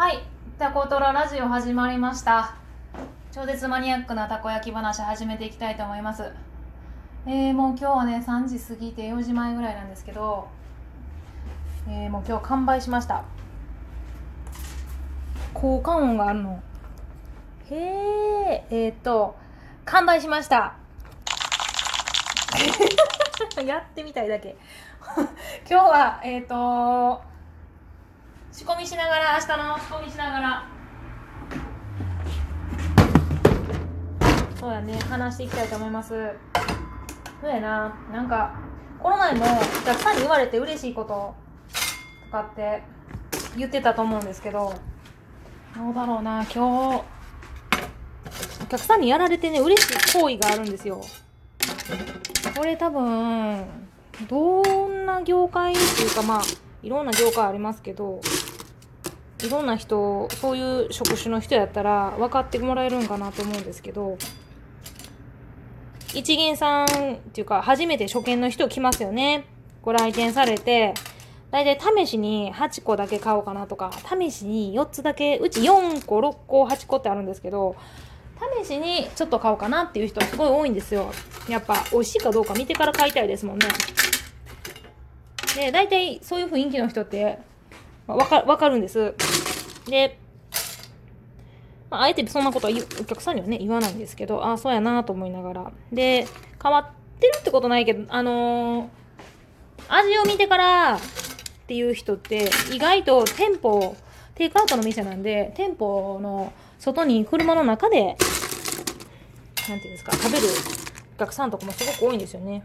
はい、タコトララジオ始まりました。超絶マニアックなたこ焼き話始めていきたいと思います。もう今日はね3時過ぎて4時前ぐらいなんですけど、もう今日完売しました。効果音があるの。完売しました。やってみたいだけ。今日は仕込みしながら、明日の仕込みしながら、そうやね、話していきたいと思います。そうやな、なんかこの前もお客さんに言われて嬉しいこととかって言ってたと思うんですけど、どうだろうな、今日お客さんにやられてね嬉しい行為があるんですよ。これ多分どんな業界っていうか、まあいろんな業界ありますけど、いろんな人、そういう職種の人やったら分かってもらえるんかなと思うんですけど、一元さんっていうか初めて初見の人来ますよね。ご来店されて、だいたい試しに8個だけ買おうかなとか、試しに4つだけ、うち4個6個8個ってあるんですけど、試しにちょっと買おうかなっていう人すごい多いんですよ。やっぱ美味しいかどうか見てから買いたいですもんね。で、だいたいそういう雰囲気の人ってわかるんです。で、あえてそんなことはお客さんにはね言わないんですけど、ああそうやなと思いながら、で変わってるってことないけど、味を見てからっていう人って意外と店舗テイクアウトの店なんで、店舗の外に車の中でなんていうんですか、食べるお客さんとかもすごく多いんですよね。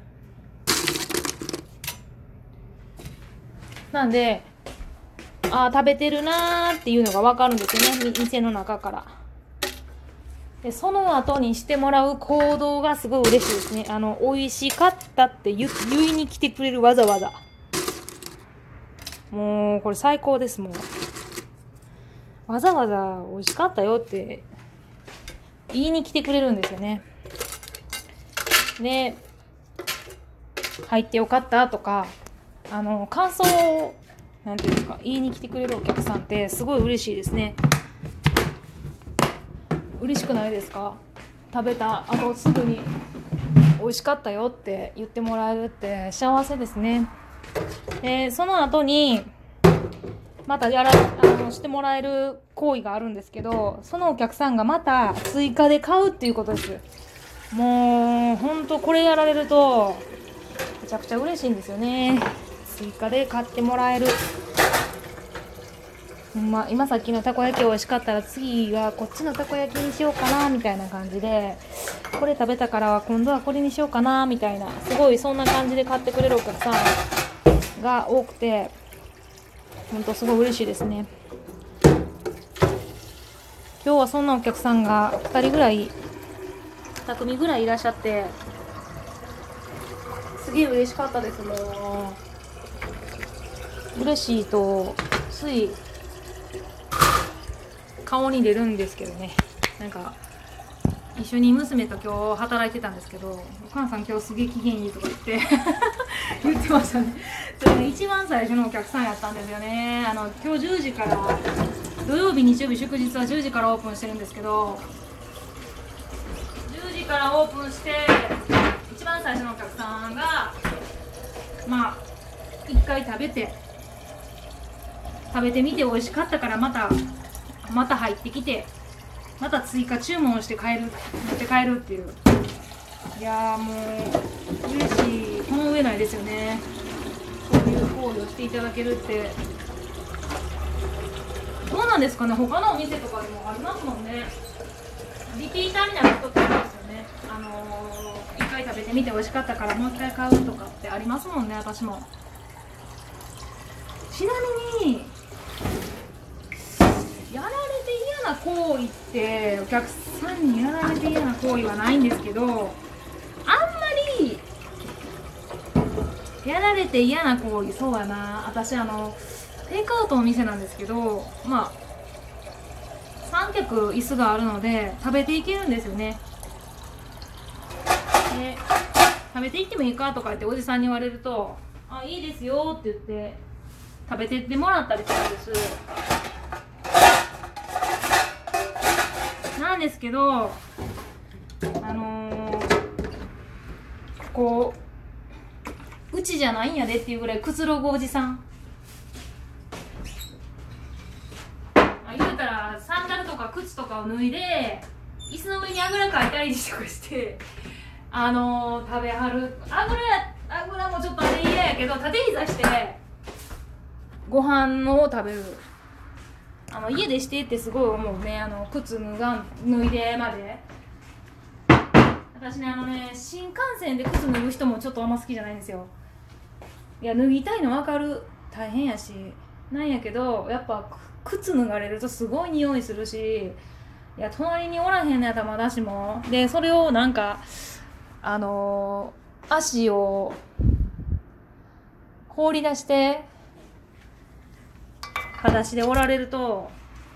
なんで食べてるなーっていうのが分かるんですよね、店の中から。でその後にしてもらう行動がすごい嬉しいですね。美味しかったって言いに来てくれる、わざわざ。もうこれ最高です。もうわざわざ美味しかったよって言いに来てくれるんですよね。で入ってよかったとか、感想をなんていうんですか、言いに来てくれるお客さんってすごい嬉しいですね。嬉しくないですか？食べた後すぐに美味しかったよって言ってもらえるって幸せですね。でその後にまたしてもらえる行為があるんですけど、そのお客さんがまた追加で買うっていうことです。もうほんとこれやられるとめちゃくちゃ嬉しいんですよね。追加で買ってもらえる。今さっきのたこ焼き美味しかったら次はこっちのたこ焼きにしようかなみたいな感じで、これ食べたから今度はこれにしようかなみたいな、すごいそんな感じで買ってくれるお客さんが多くて、ほんとすごい嬉しいですね。今日はそんなお客さんが2人ぐらい2組ぐらいいらっしゃって、すげえ嬉しかったです。もう嬉しいとつい顔に出るんですけどね。なんか一緒に娘と今日働いてたんですけど、お母さん今日すげえ機嫌いいとか言って言ってましたね。それね、一番最初のお客さんやったんですよね。今日10時から土曜日日曜日祝日は10時からオープンしてるんですけど、10時からオープンして一番最初のお客さんがまあ1回食べてみて美味しかったからまた入ってきて、また追加注文して持って帰るっていう。いやーもう嬉しい、この上ないですよね。そういう行為をしていただけるって。どうなんですかね、他のお店とかでもありますもんね。リピーターになることってありますよね。一回食べてみて美味しかったからもう一回買うとかってありますもんね、私も。ちなみにやられて嫌な行為ってお客さんにやられて嫌な行為はないんですけど、あんまりやられて嫌な行為、そうやな、私テイクアウトの店なんですけど、まあ三脚椅子があるので食べていけるんですよね。で食べていってもいいかとか言っておじさんに言われると、あ、いいですよって言って食べてってもらったりするんです。 ですけど、こううちじゃないんやでっていうぐらいくつろぐおじさん。言うたらサンダルとか靴とかを脱いで椅子の上にあぐらかいたりとかして食べはる。あぐらもちょっとあれ嫌やけど、縦膝してご飯を食べる。家でしてってすごい思うね。靴脱いでまで。私ね、新幹線で靴脱ぐ人もちょっとあんま好きじゃないんですよ。いや、脱ぎたいの分かる、大変やしなんやけど、やっぱ靴脱がれるとすごい匂いするし、いや隣におらへんのやったらまだしもで、それをなんか足を放り出して裸足でおられると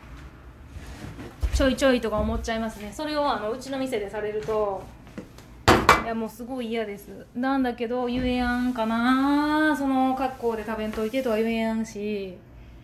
ちょいちょいとか思っちゃいますね。それをうちの店でされると、いやもうすごい嫌です。なんだけど言えやんかな、その格好で食べんといてとは言えやんし、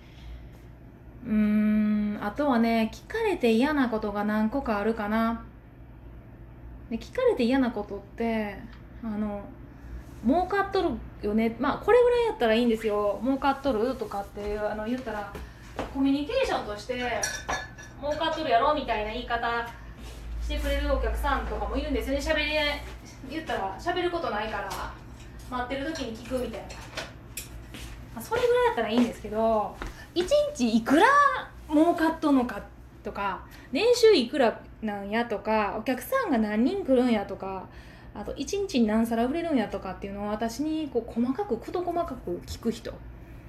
あとはね、聞かれて嫌なことが何個かあるかな。で、聞かれて嫌なことって儲かっとるよね、まあこれぐらいやったらいいんですよ。儲かっとるとかっていう言ったらコミュニケーションとして儲かっとるやろみたいな言い方してくれるお客さんとかもいるんですよね。言ったら喋ることないから待ってる時に聞くみたいな、それぐらいやったらいいんですけど、1日いくら儲かっとんのかとか、年収いくらなんやとか、お客さんが何人来るんやとか、あと1日に何皿売れるんやとかっていうのを私にこう細かく細かく聞く人、い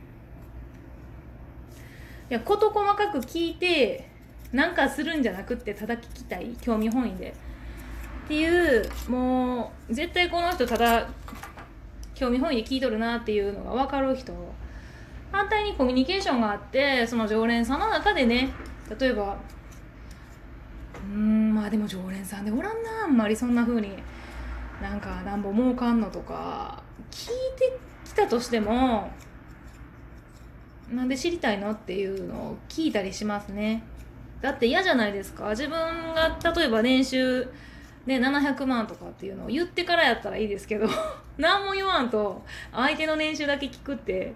や事細かく聞いてなんかするんじゃなくって、ただ聞きたい、興味本位でっていう、もう絶対この人ただ興味本位で聞いとるなっていうのが分かる人。反対にコミュニケーションがあって、その常連さんの中でね、例えばまあでも常連さんでおらんな、あんまりそんな風になんかなんぼ儲かんのとか聞いてきたとしても、なんで知りたいのっていうのを聞いたりしますね。だって嫌じゃないですか。自分が例えば年収ね700万とかっていうのを言ってからやったらいいですけど何も言わんと相手の年収だけ聞くって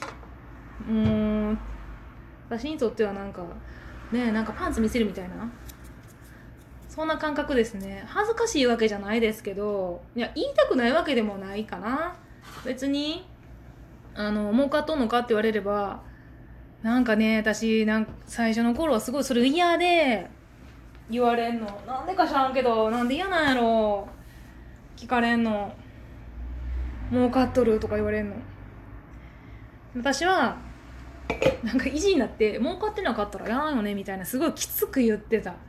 私にとってはなんかね、なんかパンツ見せるみたいな、そんな感覚ですね。恥ずかしいわけじゃないですけど、いや言いたくないわけでもないかな。別に儲かっとんのかって言われれば、なんかね、私最初の頃はすごいそれ嫌で言われんの。なんでか知らんけど、なんで嫌なんやろ、聞かれんの。儲かっとるとか言われんの。私はなんか意地になって、儲かってなかったらやらんよねみたいな、すごいきつく言ってた。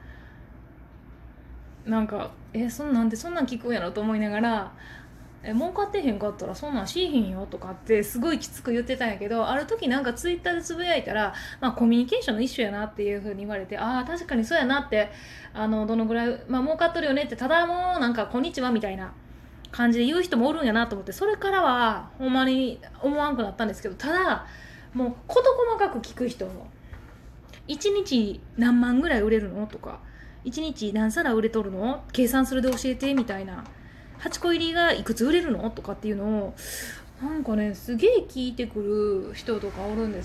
なんかなんでそんなん聞くんやろと思いながら、儲かってへんかったらそんなんしーへんよとかってすごいきつく言ってたんやけど、ある時なんかツイッターでつぶやいたら、まあコミュニケーションの一種やなっていう風に言われて、ああ確かにそうやなって、どのぐらいまあ儲かっとるよねって、ただもうなんかこんにちはみたいな感じで言う人もおるんやなと思って、それからはほんまに思わんくなったんですけど、ただもう事細かく聞く人、1日何万ぐらい売れるのとか、1日何皿売れとるの、計算するで教えてみたいな、8個入りがいくつ売れるのとかっていうのをなんかね、すげえ聞いてくる人とかおるんです。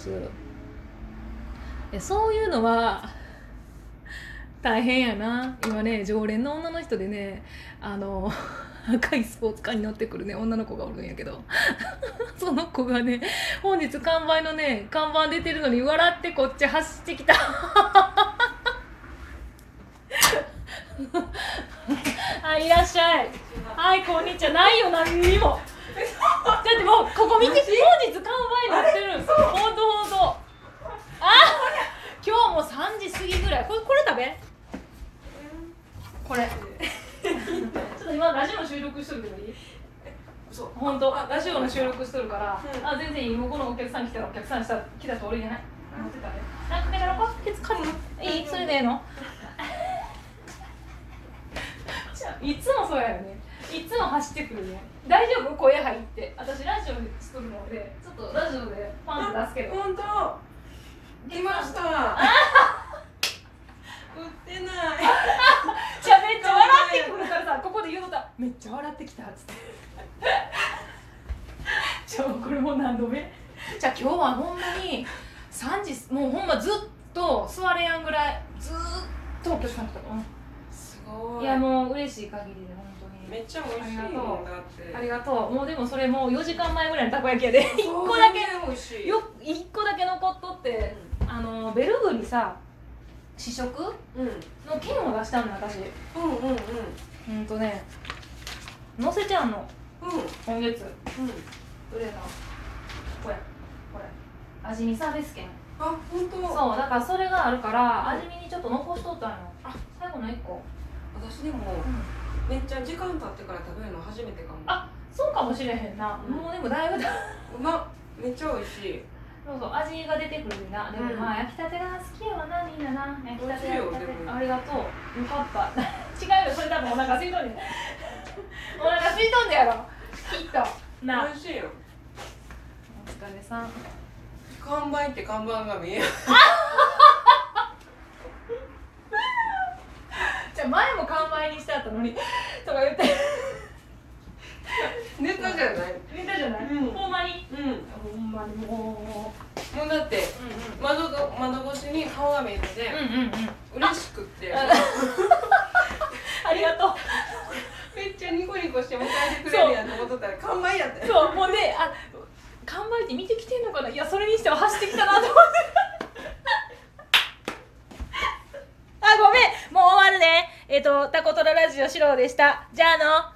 そういうのは大変やな。今ね、常連の女の人でね、赤いスポーツカーに乗ってくるね女の子がおるんやけどその子がね、本日完売のね看板出てるのに笑ってこっち走ってきたはい、いらっしゃい。はい、こんにちは。ないよ、何にも。だってもうここ見て、本日完売になってるんですよ。ほんと今日も3時過ぎぐらい。これ食べ、これちょっと今ラジオの収録しとるけどいい？そう、ほんとラジオの収録しとるから、全然いい。向こうのお客さん来たら、お客さん来たと俺じゃない、持ってたね。なんかけだろか、ケツ借りる、いい？それでええの？いつもそうやよね。いつも走ってくるね。大丈夫？声入って。私ラジオでしとるので、ちょっとラジオでパンツ出すけど。 ほんと来ました売ってないごめん。じゃあ今日はほんまに3時、もうほんまずっと座れやんぐらいずーっとお客さん来た。 すごい。 いやもう嬉しい限りで本当に。 めっちゃ美味しいもんだって。 ありがとう。もうでもそれもう4時間前ぐらいのたこ焼きやで1 そう個だけ美味しい。 1個だけ残っとって、ベルグにさ試食うんの券を出したんだ私。ね載せちゃうの今月どれだこれ味見サービス券。 あ、本当。 そうだからそれがあるから味見にちょっと残しとったんよ。最後の1個。 私でもめっちゃ時間経ってから食べるの初めてかも。 あ、そうかもしれへんな。もうでもだいぶだ。 うまっ。めっちゃ美味しい。 そうそう味が出てくるな。でもまあ焼きたてが好きやわなみんなな。焼きたてありがとう。よかった。違うよそれ多分お腹空いとんねん。お腹空いとんねやろ。きっとな。 美味しいよ。 お疲れさん。 看板って看板が見える。 じゃあ前も看板にしてあったのにとか言って。 ネタじゃない。 ネタじゃない。ほんまに。ほんまにもうだって窓越しに顔が見えてて嬉しくって。 ありがとう。 めっちゃニコニコして迎えてくれるやんと思っとったら看板やったよ。 そうもうね看板って見てきてんのかな。いやそれにしては走ってきたなと思って。ごめんもう終わるね。タコトララジオシローでした。じゃあの